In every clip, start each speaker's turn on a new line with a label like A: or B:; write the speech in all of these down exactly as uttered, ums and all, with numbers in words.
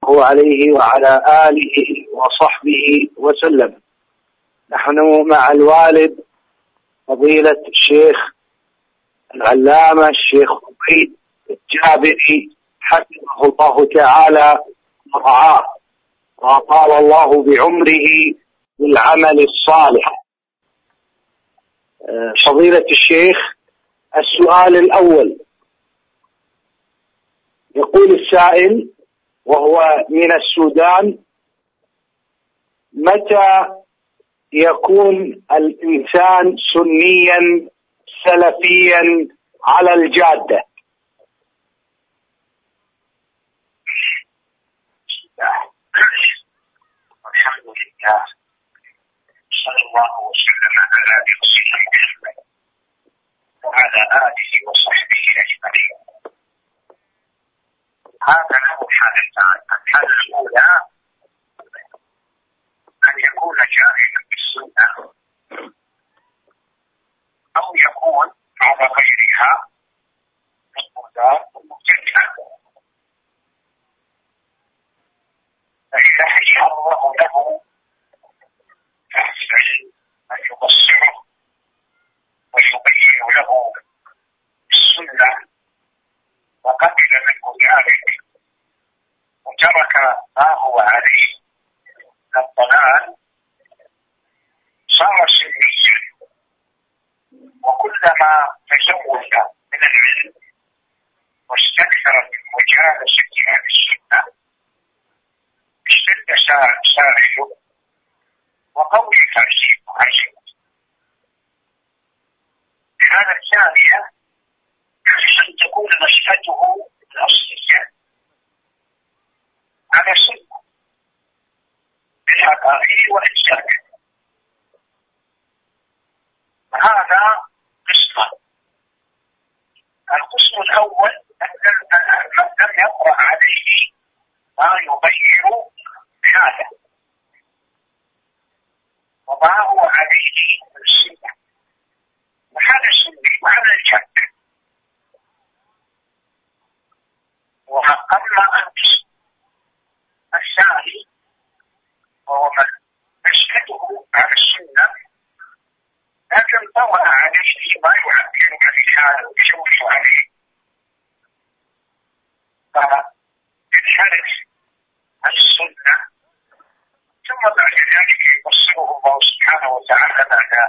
A: عليه وعلى آله وصحبه وسلم. نحن مع الوالد فضيلة الشيخ العلامة الشيخ عبيد الجابري حفظه الله تعالى ورعاه وأطال الله بعمره بالعمل الصالح. فضيلة الشيخ، السؤال الأول، يقول السائل وهو من السودان: متى يكون الإنسان سنيا سلفيا على الجادة؟
B: الحمد لله، صلى الله وسلم على نبينا محمد وعلى آله وصحبه أجمعين. هذا له حالتان: الحالة الأولى أن يكون جاهلا بالسنة، أو يكون على غيرها مبتدعا، فإذا هيأ الله له فأحسن أن يبصره ويبين له السنة وقبل منه ذلك وترك ما هو عليه من الضلال، صار سنيا. وكلما تزود من العلم واستكثر من مجالسة أهل السنة اشتد ساريه وقوي تأثيره عليه. الحالة الثانية أن تكون نشأته الأصلية على سنة بالعقائد والإنسان. هذا قسم. القسم الأول من لم يقرأ عليه ما يغير حاله وما هو عليه السنة، وهذا السني وهذا الجاد. وأما القسم الثاني وهو من نشأته على السنة لكن طرأ عليه ما يعبر عن الحال ويشوش عليه، فانحرف عن السنة، ثم بعد ذلك يبصره الله سبحانه وتعالى بعد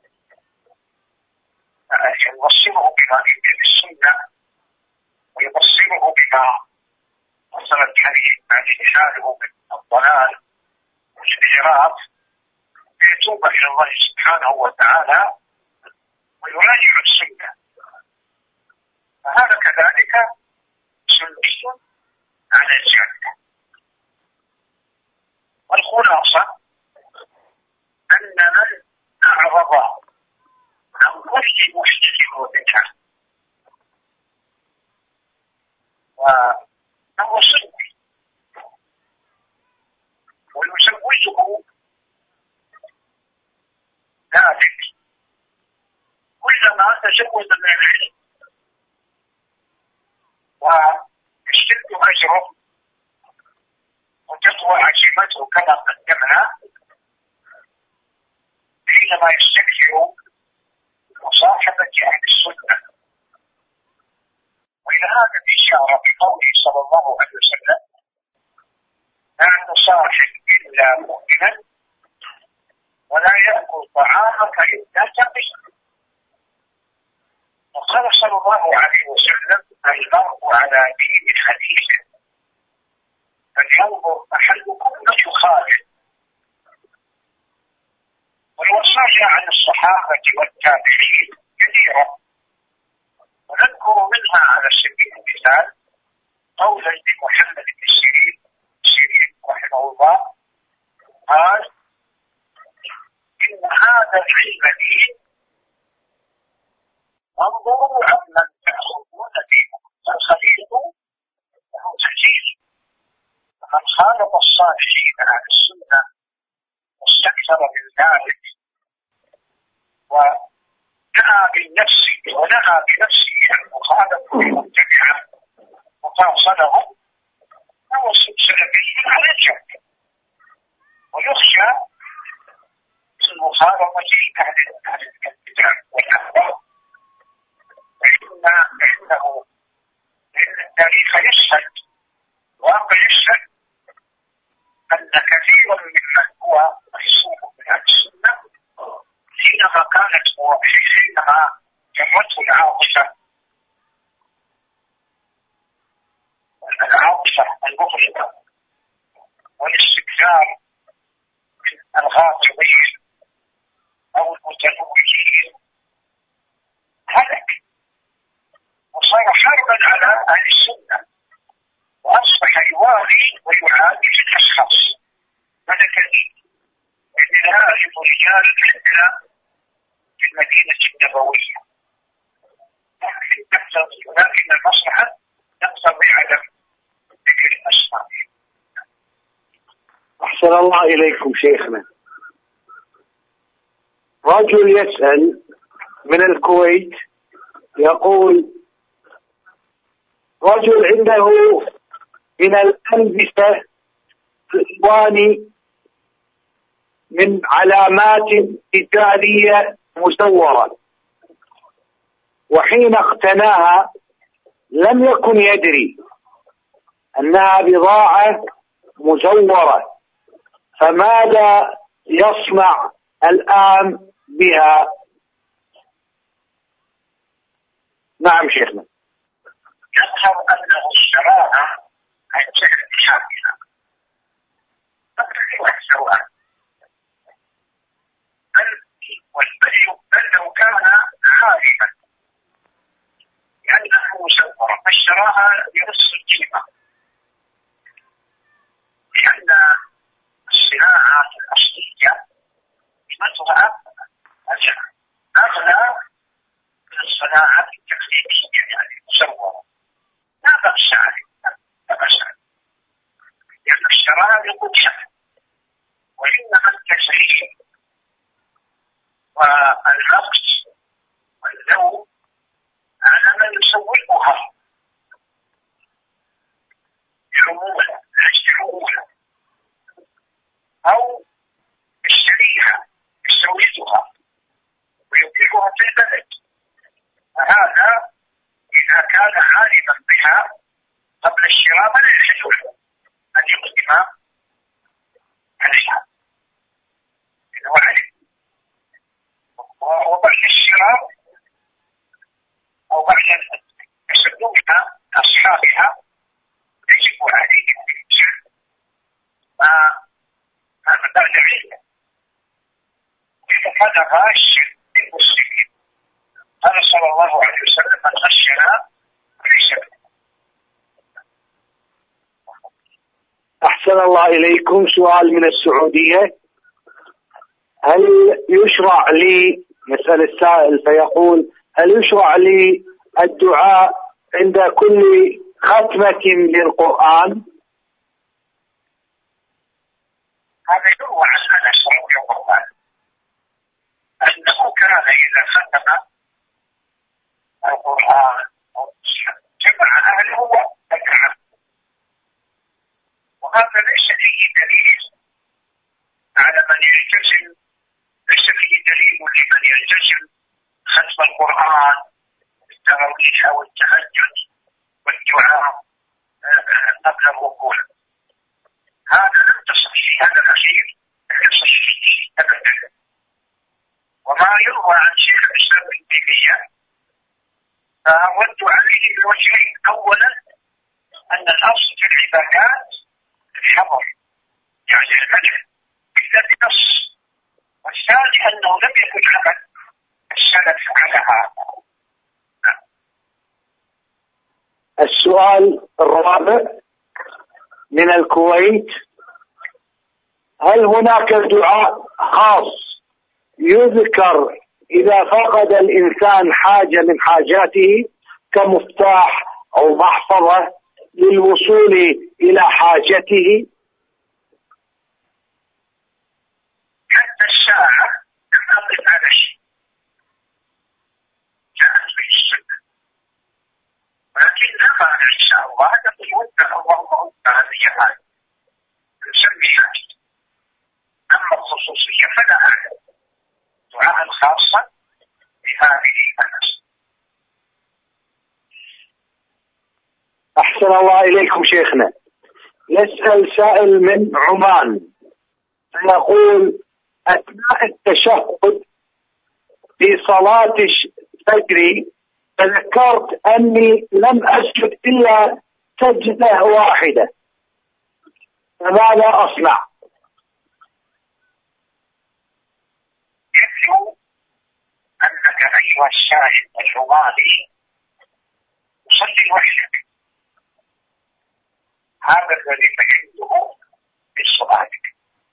B: يبصره بما يمكن السنة ويبصره بما وصلت عليه بعد حاله من الضلال والانحراف، يتوب إلى الله سبحانه وتعالى ويراجع السنة. فهذا كذلك سني على الجادة. والخلاصة أن من أعرض عن كل محدث وبدعة وهو سني ويزوجه ذلك كلما تزود من العلم ويشتد أجره وتقوى عزيمته كما قدمنا حينما يستكثر مصاحبة أهل السنة. وإلى هذا الإشارة بقوله صلى الله عليه وسلم: لا تصاحب إلا مؤمنا ولا يأكل طعامك إلا تقي. وقال صلى الله عليه وسلم: المرء على دين حديثه فلينظر أحدكم من يخالف. والوصايا عن الصحابة والتابعين كثيرة، ونذكر منها على سبيل المثال قولا لمحمد بن سيرين سيرين رحمه الله قال: إن هذا العلم دين، انظروا عمن تأخذون دينكم، فالخليل له تأثير. فمن خالف الصالحين على السنة واستكثر من ذلك ودعا بالنفس ونهى بنفسه عن مخالفة المبتدعة وقاصدهم، فهو سلفي وهذا وجه أهل الكتاب والأخبار، فإن إنه إن التاريخ يشهد، واقع يشهد أن كثيرا ممن هو محسوب من أهل السنة حينما كانت حينما جمته العاطفة العاطفة المفرطة والاستكثار من الغاضبين أو المتزوجين هلك وصار حربا على أهل السنة، وأصبح يوالي ويعادي في الأشخاص ملكين من نعرف رجال عندنا في المدينة النبوية، ولكن المصلحة تقتضي عدم ذكر الأسماء.
A: أحسن الله إليكم شيخنا. رجل يسأل من الكويت يقول: رجل عنده من الألبسة الألوان من علامات تجارية مزورة، وحين اقتناها لم يكن يدري أنها بضاعة مزورة، فماذا يصنع الآن بها؟ نعم شيخنا.
B: يظهر أنه اشتراها عن جهة حاملة، فكيف سواء بل لو كان عالما لأنه مزورة فاشتراها بنصف القيمة، لأن الصناعات الأصلية قيمتها أغلى من الصناعات التقليدية يعني المزورة. لا بأس عليه، لا بأس عليه، لأن اشتراها بقدرة، وإنما التسعير والنقص واللون على من يسوقها بعمولة يشترونها أو يشتريها يسوقها ويبيعها في البلد. فهذا إذا كان عالما بها قبل الشراء فلا يحل له أن يقدم عليها إنه علم، وبعد الشراء أو بعد تسلمها أصحابها يجب عليهم الإنسان ما بعد علم. إذا كان غاش للمسلمين قال صلى الله عليه وسلم: من غشنا فليس منه.
A: أحسن الله إليكم. سؤال من السعودية: هل يشرع لي، يسأل السائل فيقول: هل يشرع لي الدعاء عند كل ختمة للقرآن؟
B: هذا يروى عن أنس رضي الله عنه أنه كان إذا ختم القرآن جمع أهله وأكعب، وهذا ليس فيه دليل على من يلتزم، ليس فيه دليل لمن يلتزم ختم القرآن بالتراويح والتهجد والدعاء قبل الركوع. هذا لم تصح في هذا الأخير صحيح أبدا. وما يروى عن شيخ الإسلام ابن تيمية فأود عليه بوجهين: أولا أن الأصل في العبادات الحظر يعني المنع إلا بنص، والثاني أنه لم يكن عمل السلف على هذا.
A: السؤال الرابع من الكويت: هل هناك دعاء خاص يذكر إذا فقد الإنسان حاجة من حاجاته كمفتاح أو محفظة للوصول إلى حاجته؟
B: حتى الساعة لم أقف على شيء جاءت في السنة، ولكن لا معنى إن شاء الله أن يوجه اللهم هذه الحاجة نسميها. أما الخصوصية فلا أعلم.
A: أحسن الله إليكم شيخنا. يسأل سائل من عمان يقول: أثناء التشهد في صلاة الفجر تذكرت أني لم أسجد إلا سجدة واحدة، فماذا أصنع؟
B: يبدو أنك أيها السائل العماني تصلي وحدك، هذا الذي فهمته في صلاتك.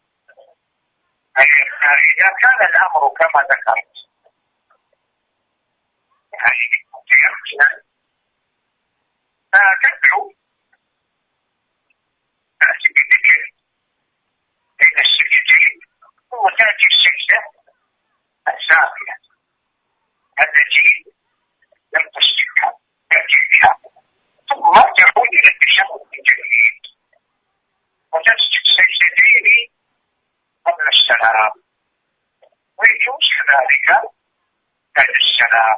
B: إذا كان الأمر كما ذكرت يعني متيقنا فتدعو تأتي بذكر بين السجدين وتأتي السجدة السابقة التي لم تسبقها تأتي بها، ثم تعود إلى التشهد من جديد وتسجد سجدتين قبل السلام، ويجوز كذلك بعد السلام.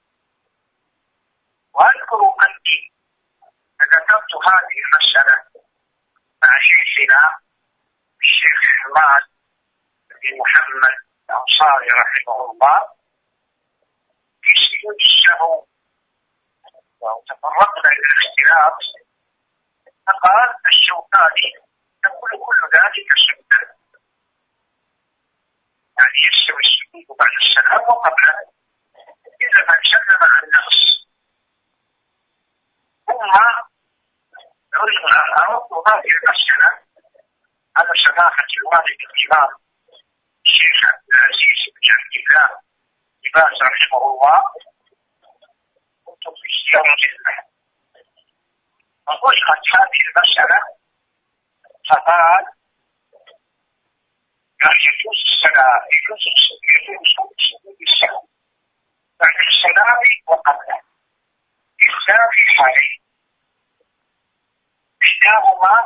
B: وأذكر أني ذكرت هذه المسألة مع شيخنا الشيخ حماد بن محمد الأنصاري رحمه الله في سجود السهو، وتطرقنا إلى الاختلاف، فقال الشوكاني يقول كل ذلك سنة، يعني يستوي السجود بعد السلام وقبله إلا من سلم عن النقص. ثم أردت هذه المسألة على سماحة الوالد الإمام الشيخ عبد العزيز بن عبد الله بن باز رحمه الله، كنت في زيارة له فطرحت هذه المسألة، فقال يعني يجوز السلام يجوز سجود السلام بعد السلام وقبله إلا في حالين: إحداهما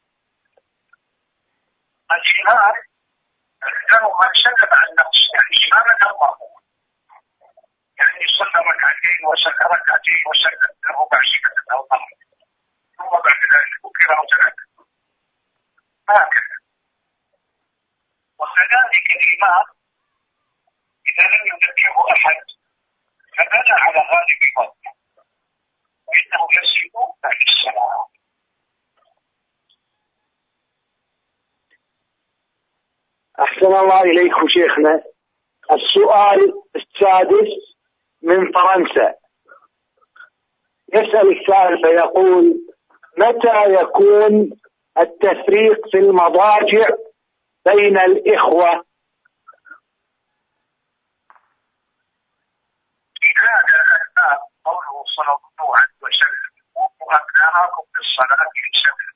B: الإمام له من سلم عن نقص، يعني إماما أو مأموما، يعني صلى ركعتين وسلم ركعتين وسلم ربع شكة أو ضرب، ثم بعد ذلك ذكر أو ترك، هكذا. وكذلك الإمام إذا لم يذكره أحد فبنى على غالب ظنه وإنه يسجد بعد السلام.
A: أحسن الله إليكم شيخنا. السؤال السادس من فرنسا، يسأل السائل فيقول: متى يكون التفريق في المضاجع بين الإخوة؟
B: هذا الباب قوله صلى الله عليه وسلم: قوموا أبناءكم بالصلاة لسبع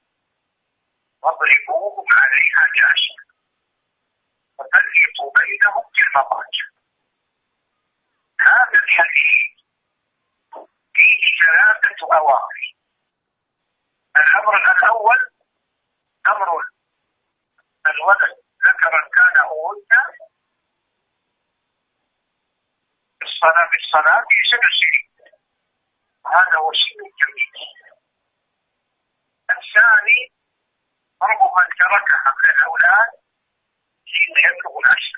B: واضربوهم عليها بعشر وفرقوا بينهم في المضاجع. هذا الحديث فيه ثلاثة أوامر. الأمر الأول أمر الولد ذكرا كان أو أنثى بالصلاة بالصلاة في سبع سنين، هذا هو سن التمييز. الثاني ضرب من تركها من الأولاد حين يبلغ العشر،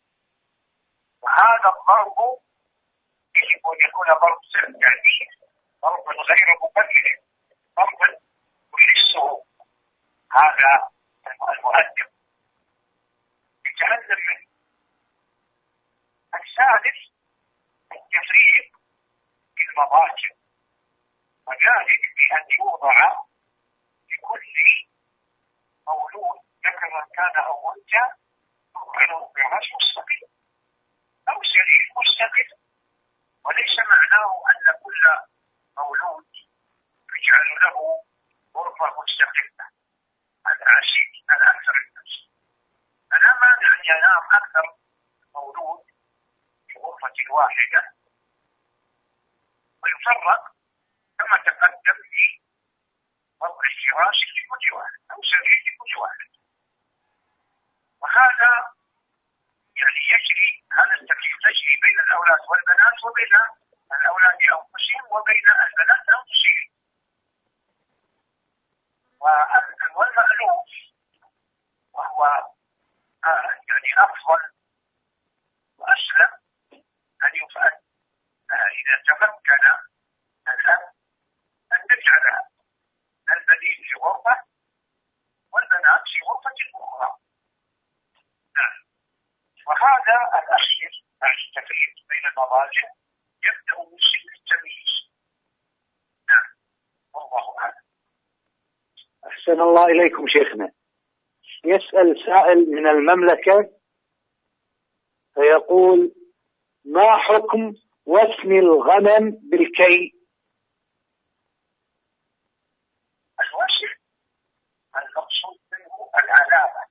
B: وهذا الضرب يجب أن يكون ضرب سر، يعني ضرب غير مبرر، ضرب يحسه هذا المؤدب يتعلم منه. الثالث التفريق في المضاجع، وذلك بأن يوضع لكل مولود ذكرا كان أو أنثى يوضع فراش مستقل أو سرير مستقل، وليس معناه أن كل مولود يجعل له غرفة مستقلة. هذا عشيء على أكثر الناس. أنا مانع أن ينام أكثر مولود في غرفة واحدة ويفرق كما تقدم في وضع الفراش لكل واحد أو سرير لكل واحد. وهذا يعني يجري، هذا التفريق يجري بين الأولاد والبنات وبين الأولاد أنفسهم وبين البنات أنفسهم. الأفضل وأسلم أن يفعل إذا تمكن الأب أن تجعل البنين في غرفة والبنات في غرفة أخرى. نعم. وهذا الأخير بعد التفريق بين المضاجع يبدأ من سن التمييز. نعم. والله أعلم.
A: أحسن الله إليكم شيخنا. يسأل سائل من المملكة فيقول: ما حكم وسم الغنم بالكي؟
B: الوسم المقصود منه العلامة،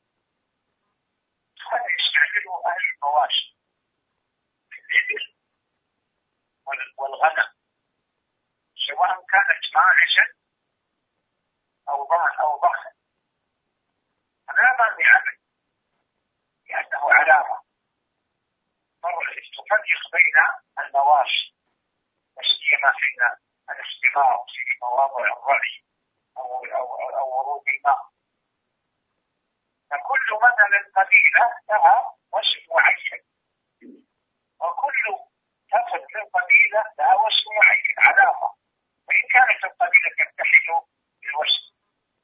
B: هذا يستعمله أهل المواشي في الإبل والغنم، سواء كانت ماعزا أو ضان أو ضخم، لا مانع منه لأنه علامة. تفرق بين المواشي وسيما حين الاختبار في مواضع الرعي أو أو أو ورود الماء. فكل مثل قبيلة لها وسم معين، وكل فصل من قبيلة لها وسم معين علامة، وإن كانت القبيلة تتحد بالوسم.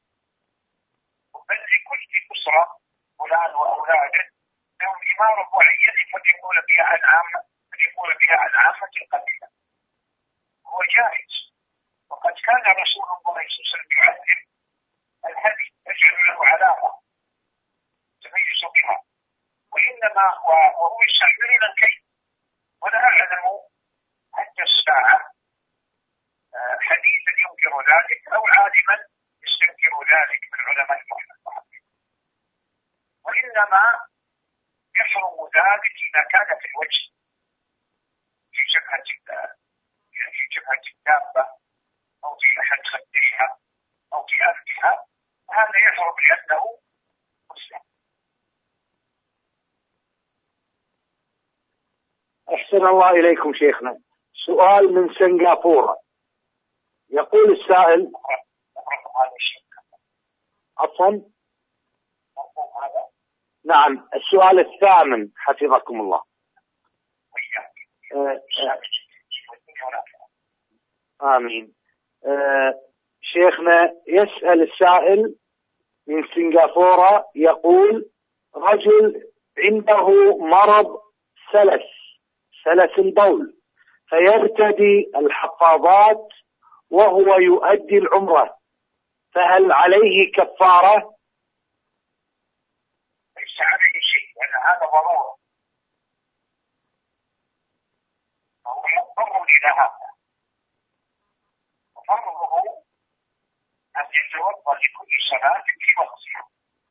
B: بل لكل أسرة فلان وأولاده لهم إمارة معينة قد يكون بها العامة قد يكون بها العامة القبيلة، هو جائز. وقد كان رسول الله صلى الله عليه وسلم يعلم الهدي يجعل له علامة تميز بها، وإنما وهو يستعملون الكي. ولا أعلم حتى الساعة حديثا ينكر ذلك أو عالما يستنكر ذلك من علماء المحدثين، وإنما يحرم ذلك إذا كان في الوجه في جبهة في جبهة الدابة أو في أحد خديها أو في أنفها، هذا يحرم لأنه مسلم.
A: أحسن الله إليكم شيخنا. سؤال من سنغافورة. يقول السائل: عفوا نعم، السؤال الثامن حفظكم الله. آه آه آمين. آه شيخنا يسأل السائل من سنغافورة يقول: رجل عنده مرض سلس سلس البول فيرتدي الحفاضات وهو يؤدي العمرة، فهل عليه كفارة؟
B: ليس عليه شيء، لأن هذا ضرورة، فهو يضطر إلى هذا. وفرضه أن يتوضأ لكل صلاة في وقتها،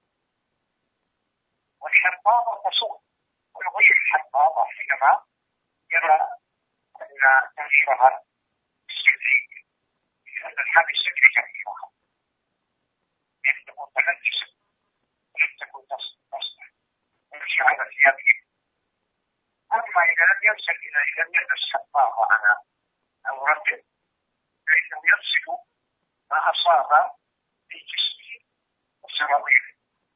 B: والحفاظة تصوم، ويغير الحفاظة حينما يرى أن تغييرها استدريج، لأن الحال يستدرج تغييرها، لأن تكون تنجسة ولم تكن تصلح ويمشي على ثيابه. أما إذا لم يمسك إذا لم يلبس حفاظة على عورته فإنه يغسل ما أصاب في جسمه وسراويله.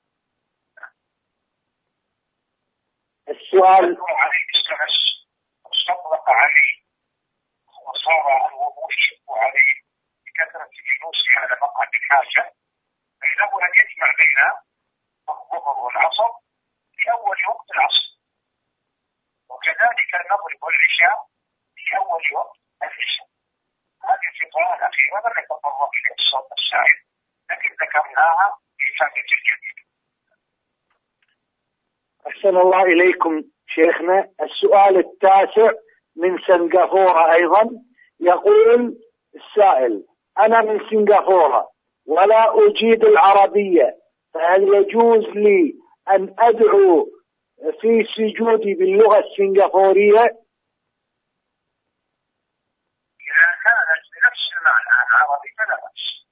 A: السؤال
B: عليه السلس واستطلق عليه وصار الوضوء يشق عليه بكثرة جلوسه على مقعد الحاجة، فإنه أن يجمع بين الظهر والعصر في أول وقت العصر، وكذلك المغرب والعشاء في أول وقت العشاء. هذه الفقرة الأخيرة لم نتطرق إلى الصوت السائل، لكن ذكرناها في فائدة الجميع.
A: أحسن الله إليكم شيخنا. السؤال التاسع من سنغافورة أيضا. يقول السائل: أنا من سنغافورة ولا أجيد العربية، فهل يجوز لي أن أدعو في سجودي باللغة السنغافورية؟
B: إذا كانت بنفس المعنى العربي فلا بأس،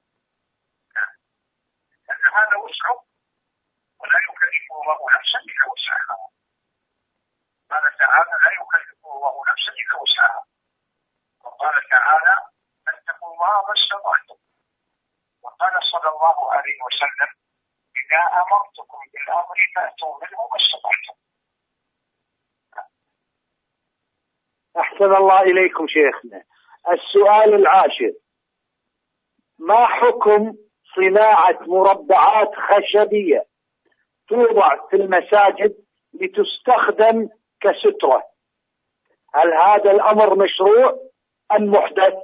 B: لأن هذا وسع ولا يكلف الله نفسا إلا وسعها. قال تعالى: لا يكلف الله نفسا إلا وسعها. وقال تعالى: فاتقوا الله ما استطعتم. وقال صلى الله عليه وسلم: إن إذا أمرتكم بالأمر فأتوا منه ما استطعتم.
A: أحسن الله إليكم شيخنا. السؤال العاشر: ما حكم صناعة مربعات خشبية توضع في المساجد لتستخدم كسترة؟ هل هذا الأمر مشروع أم محدث؟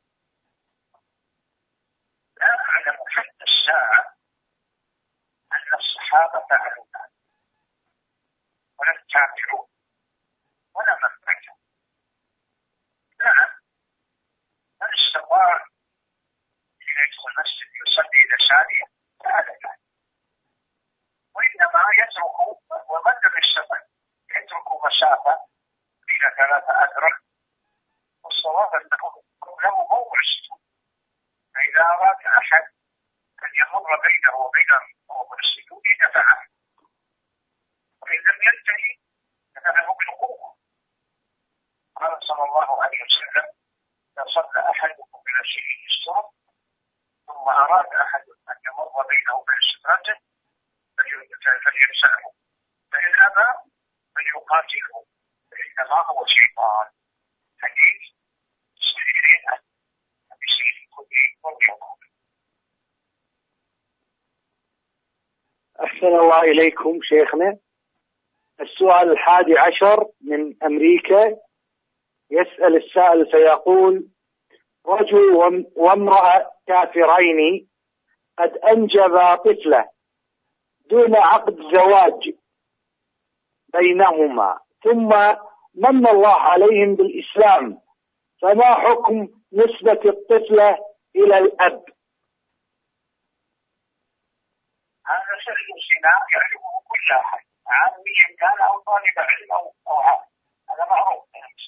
B: لا أعلم حتى الساعة أن الصحابة فعلوا ذلك ولا التابعون ولا من بعدهم. نعم، من استطاع أن يدخل المسجد يصلي إلى سارية فعل ذلك، وإنما يترك ومن لم يستطع يترك مسافة بين ثلاثة أذرع، والصواب أنه له موضع السجود، فإذا أراد أحد أن يمر بينه وبين موضع السجود دفعه، وإن لم ينتهي دفعه بالقوة. قال صلى الله عليه وسلم: إذا صلى أحدكم إلى شيء يستره ثم أراد أحد أن يمر بينه وبين سترته فليمسحه، فإن أبى فليقاتله فإنما هو شيطان. حديث صحيحين أبي سعيد الخدري رضي الله عنه.
A: أحسن الله إليكم شيخنا. السؤال الحادي عشر من أمريكا، يسأل السائل فيقول: رجل وامرأة كافرين قد أنجبا طفلة دون عقد زواج بينهما، ثم من الله عليهم بالإسلام، فما حكم نسبة الطفلة إلى الأب؟
B: هذا شرع الزنا يعرفه كل أحد، عاميا كان أو طالب علم أو عالم، هذا معروف.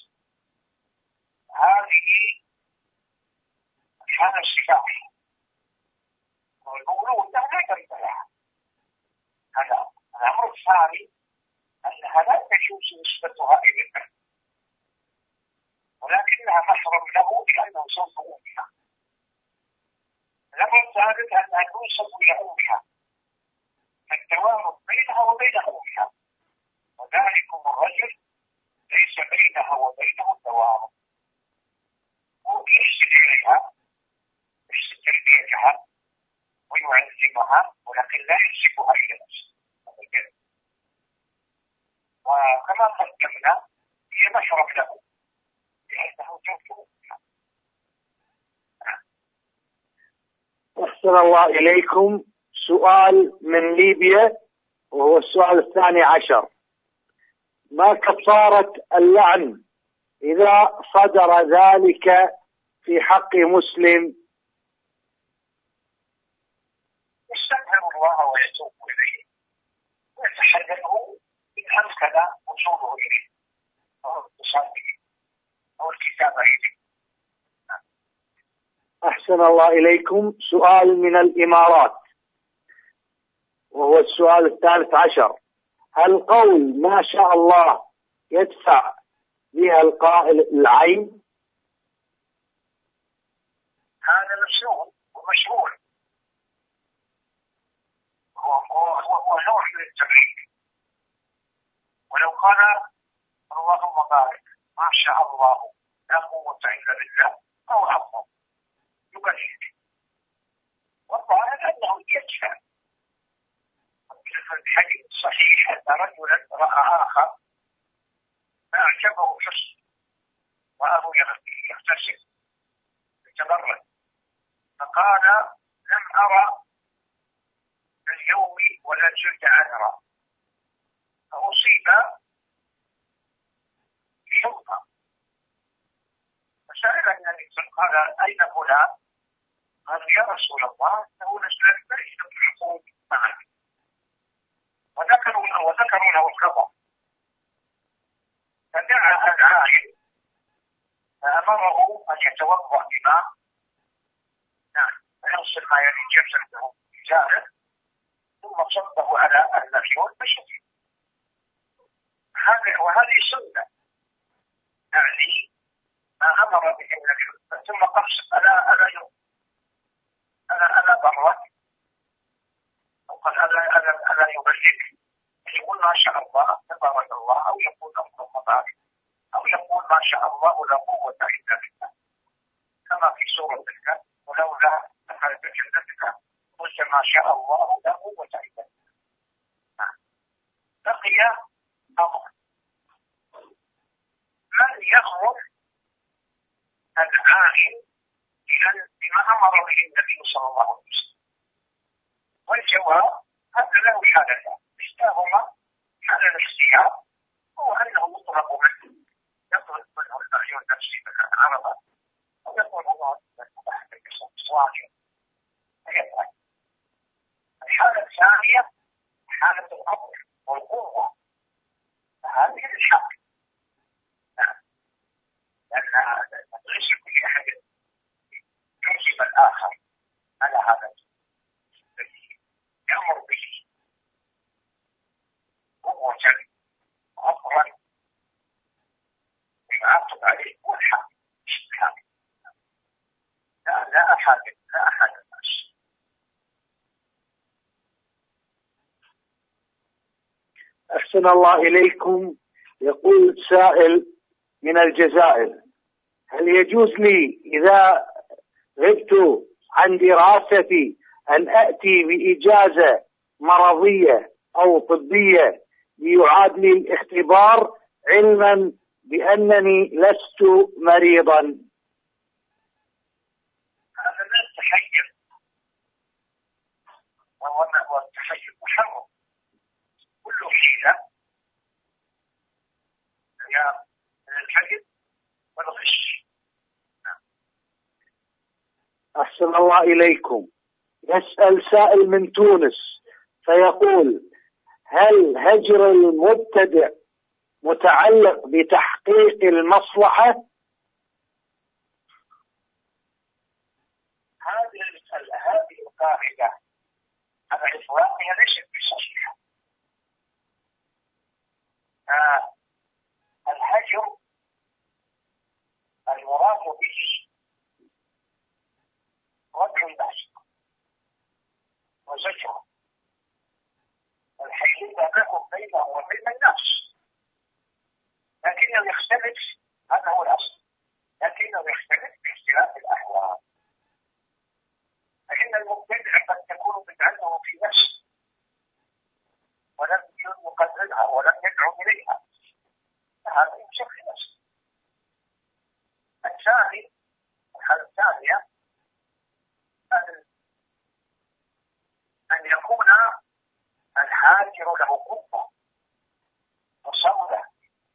B: هذه حالة الشفاعة والمولود لا يقرب لها. هذا الأمر الثاني أنها لا تجوز نسبتها إلى الأب، ولكنها محرم له لأنه سوف أمها. الأمر الثالث أنها تنسب إلى أمها، التوارث بينها وبين أمها، وذلكم الرجل ليس بينها وبينه التوارث، ويحسن إليها يحسن تربيتها ويعلمها، ولكن لا ينسبها إلى نفسه. وكما قدمنا هي محرم له لأنه جوف أمها.
A: أحسن الله إليكم. سؤال من ليبيا وهو السؤال الثاني عشر: ما كفارة اللعن إذا صدر ذلك في حق مسلم؟
B: يستغفر الله ويتوب إليه ويتحلله إن أمكن وصوله إليه أو الاتصال به أو الكتابة إليه.
A: أحسن الله إليكم. سؤال من الإمارات وهو السؤال الثالث عشر: هل قول ما شاء الله يدفع بها القائل العين؟
B: هذا مشروع ومشروع، وهو نوع من التبريك. ولو قال اللهم بارك ما شاء الله لا قوة إلا بالله أو أفضل يبرك، والظاهر أنه يدفع. في الحديث الصحيح أن رجلا رأى آخر فأعجبه حسن وأبو يغتسل يتبرد، فقال: لم أرى اليوم ولا جلد عذرا، فأصيب حمى، فسأل النبي قال: أين فلان؟ قال: يا رسول الله إنه نزلت بريدة الحكومة معك، وذكروا وذكروا له الخبر، فدعا العالم فأمره أن يتوضأ بماء، نعم، فيغسل ما يلي جسده رجاله ثم صبه على النفي والبشر. وهذه سنة، يعني ما أمر به النبي. ثم قص ألا ألا ألا ألا برك، أو قال ألا هذا يبلغ يقول ما شاء الله تبارك الله، أو يقول أمر مضاعف، أو يقول ما شاء الله لا قوة إلا بالله، كما في سورة الكهف ولولا دخلت جنتك قلت ما شاء الله لا قوة إلا بالله. بقي أمر من يخرج العائل بما أمر به النبي صلى الله عليه وسلم؟ والجواب هذا له حالتان، إحداهما حال الاختيار، هو أنه يطلب منه يطلب منه الأجر النفسي مكان عرضه، أو يطلب الله تحت الإصلاح فيفعل. الحالة الثانية حالة الأمر والقوة، فهذه الحق، لأن ليس كل أحد يجب الآخر على هذا الذي يأمر به قوة وأمرا ويعاقب عليه هو الحق. لا لا أحد لا أحد الناس.
A: أحسن الله إليكم. يقول سائل من الجزائر: هل يجوز لي إذا غبت عن دراستي أن أتي بإجازة مرضية أو طبية ليعاد لي الاختبار علما بأنني لست مريضا؟
B: هذا من التحيز، وهو التحيز محرم، كل حيلة هي من الكذب والغش.
A: أحسن الله إليكم. يسأل سائل من تونس فيقول: هل هجر المبتدع متعلق بتحقيق المصلحة؟
B: هذه المسألة هذه القاعدة على إطلاقها ليست بصحيحة. آه الهجر المراد به ردع الناس وزجره، الحيلة بينهم بينه وبين الناس، لكنه يختلف، هذا هو الأصل، لكنه يختلف باختلاف الأحوال. فإن المبتدع قد تكون بدعته في نفسه ولم يقدرها ولم يدعو إليها، فهذا يمسك في نفسه. الثاني الحالة الثانية أن يكون الحاجر له قوة وصولة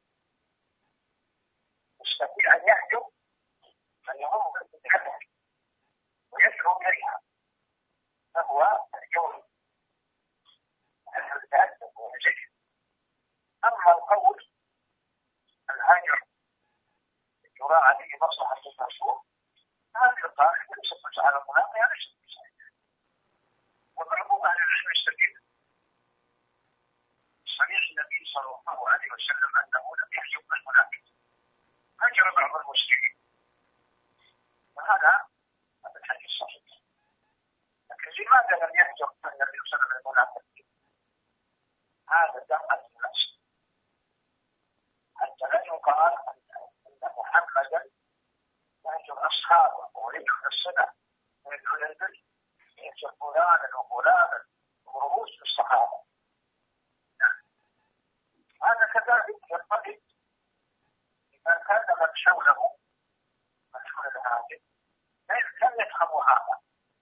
B: يستطيع أن يهجر من يمر بالبدعة ويدعو إليها، فهو الجور التأدب والجهل. أما القول الهاجر يراعى به مصلحة المشروع، هذه القاعدة ليست على مناقضة، ليست بصحيحة. وبعض أهل العلم يستدل صريح النبي صلى الله عليه وسلم أنه لم يحجب المنافق، هجر بعض المسلمين، وهذا هذا الحديث صحيح. لكن لماذا لم يهجر النبي صلى الله عليه وسلم المنافقين؟ هذا دقة الناس، حتى لا يقال أن محمدا يهجر أصحابه ويدخل السنة ويدخل البر، يهجر فلانا وفلانا ورؤوس الصحابة. هذا كذلك ينبغي إذا كان من حوله من حول الهاجر لم يفهموا هذا،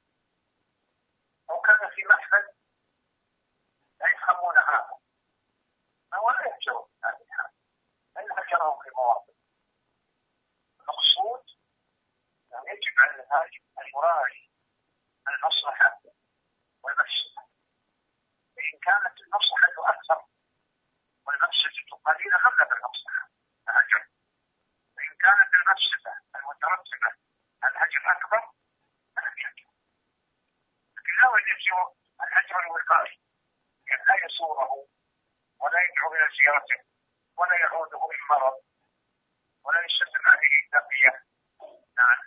B: أو كان في محفل لا يفهمون هذا، فهو لا يهجرون هذه الحالة، بل هجرهم في مواطن. المقصود أن يجب على الهاجر أن يراعي المصلحة والمفسدة، فإن كانت المصلحة أكثر والمفسدة قليلة غلب المصلحة فهجر، وإن كانت المفسدة المترتبة على الهجر أكبر فلم يهجر. لكن لا يجوز الهجر الوقائي، يعني لا يزوره ولا يدعو إلى زيارته ولا يعوده إن مرض ولا يسلم عليه تقية. نعم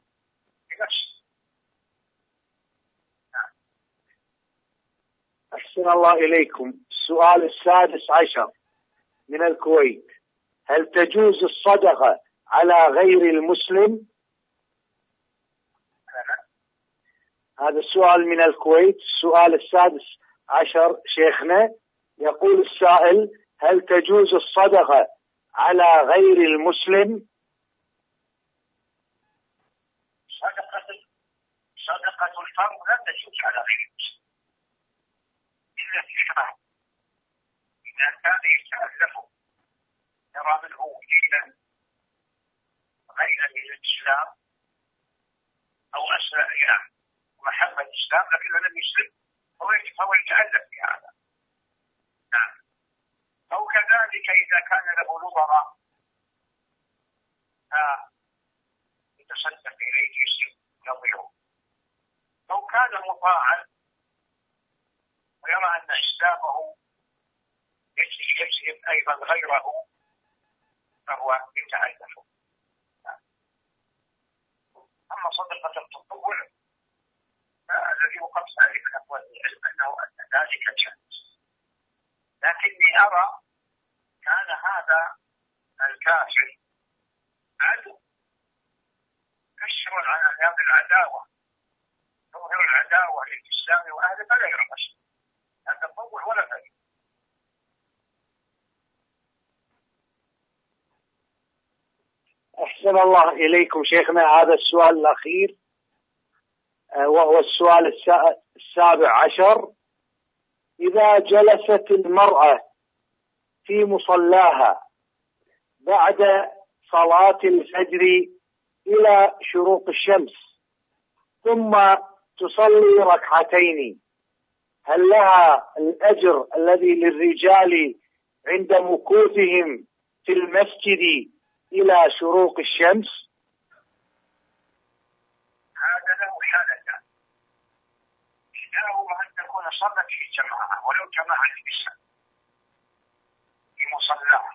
B: بنفسه. نعم.
A: أحسن الله إليكم. السؤال السادس عشر من الكويت: هل تجوز الصدقة على غير المسلم؟ هذا السؤال من الكويت. السؤال السادس عشر شيخنا، يقول السائل: هل تجوز الصدقة على غير المسلم؟
B: صدقة صدقة الفرض لا تجوز على غير المسلم إلا في شرع. إذا كان يتألفه يرى منه دينا غير من الإسلام أو أساء إلى محبة الإسلام لكنه لم يسلم فهو يتألف في هذا. نعم. أو كذلك إذا كان له نظراء يتصدق إليه يسلم نظره، أو كان مطاعا ويرى أن إسلامه يجلب أيضا غيره فهو يتألف. أما صدقة التطوع الذي وقفت عليه من أقوال العلم أنه أن ذلك جائز، لكني أرى كان هذا الكافر عدو كشر عن أيام العداوة، تظهر العداوة للإسلام وأهله فلا يرمش لا تطوع ولا غير.
A: أحسن الله إليكم شيخنا. هذا السؤال الأخير وهو السؤال السابع عشر: إذا جلست المرأة في مصلاها بعد صلاة الفجر إلى شروق الشمس ثم تصلي ركعتين، هل لها الأجر الذي للرجال عند مكوثهم في المسجد إلى شروق الشمس؟
B: هذا له حالتان: إحداهما أن تكون صلت في جماعة ولو جماعة النساء في مصلاها،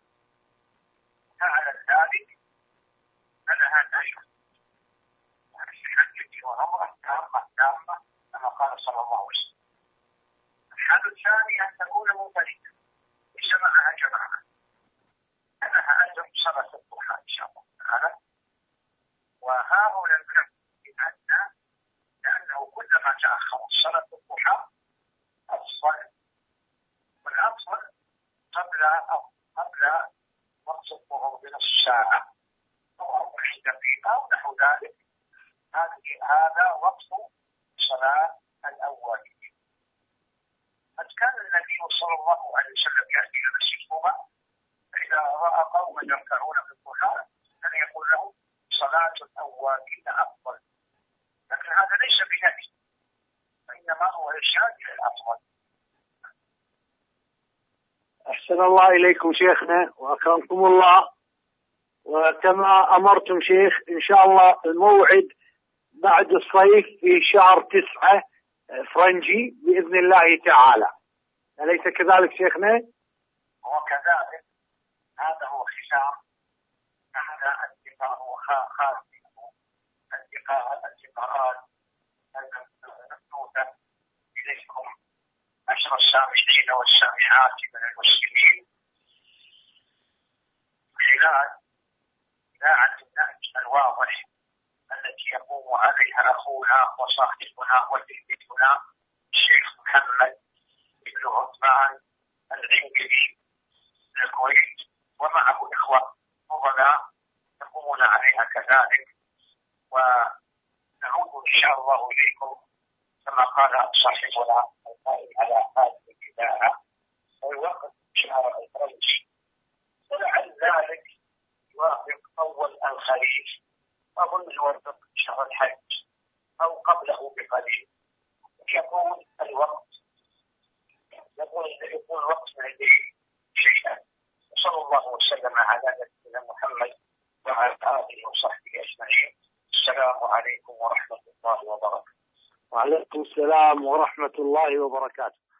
B: فعلى ذلك فلها الأجر في حجة وعمرة تامة تامة كما قال صلى الله عليه وسلم. الحال الثاني أن تكون منفردة ليس معها جماعة، أنها أجر صلاة الضحى إن شاء الله تعالى. وهؤلاء الكلام بأن لأنه كلما تأخر صلاة الضحى أفضل، والأفضل قبل قبل وقت الظهر بنصف ساعة أو أربعين دقيقة أو نحو ذلك. هذا وقت صلاة الأولين. قد كان النبي صلى الله عليه وسلم يأتي إلى مسجد قباء فإذا رأى قوما يركعون في الضحى كان يقول لهم صلاة الأولين أفضل، لكن هذا ليس بنفي وإنما هو إرشاد إلى الأفضل.
A: أحسن الله إليكم شيخنا وأكرمكم الله. وكما أمرتم شيخ إن شاء الله الموعد بعد الصيف في شهر تسعة فرنجي بإذن الله تعالى، أليس كذلك شيخنا؟
B: وكذلك هذا هو ختام هذا التقاء وخاتمه التقاء التقاءات المبثوثة إليكم عشر السامعين والسامعات من المسلمين خلال إذاعة النهج الواضح التي يقوم عليها أخونا وصاحبنا وتلميذنا الشيخ محمد بن عثمان العنقري من الكويت، ومعه إخوة فضلاء يقومون عليها كذلك. ونعود إن شاء الله إليكم كما قال صاحبنا القائم على هذه الإذاعة ويوافق شهر الفرنجي، ولعل ذلك يوافق أول الخريف، أظن يوافق شهر الحج أو قبله بقليل، يكون الوقت يكون يكون وقت هذه شيئا. وصلى الله وسلم على نبينا محمد وعلى آله وصحبه أجمعين. السلام عليكم ورحمة الله وبركاته.
A: وعليكم السلام ورحمة الله وبركاته.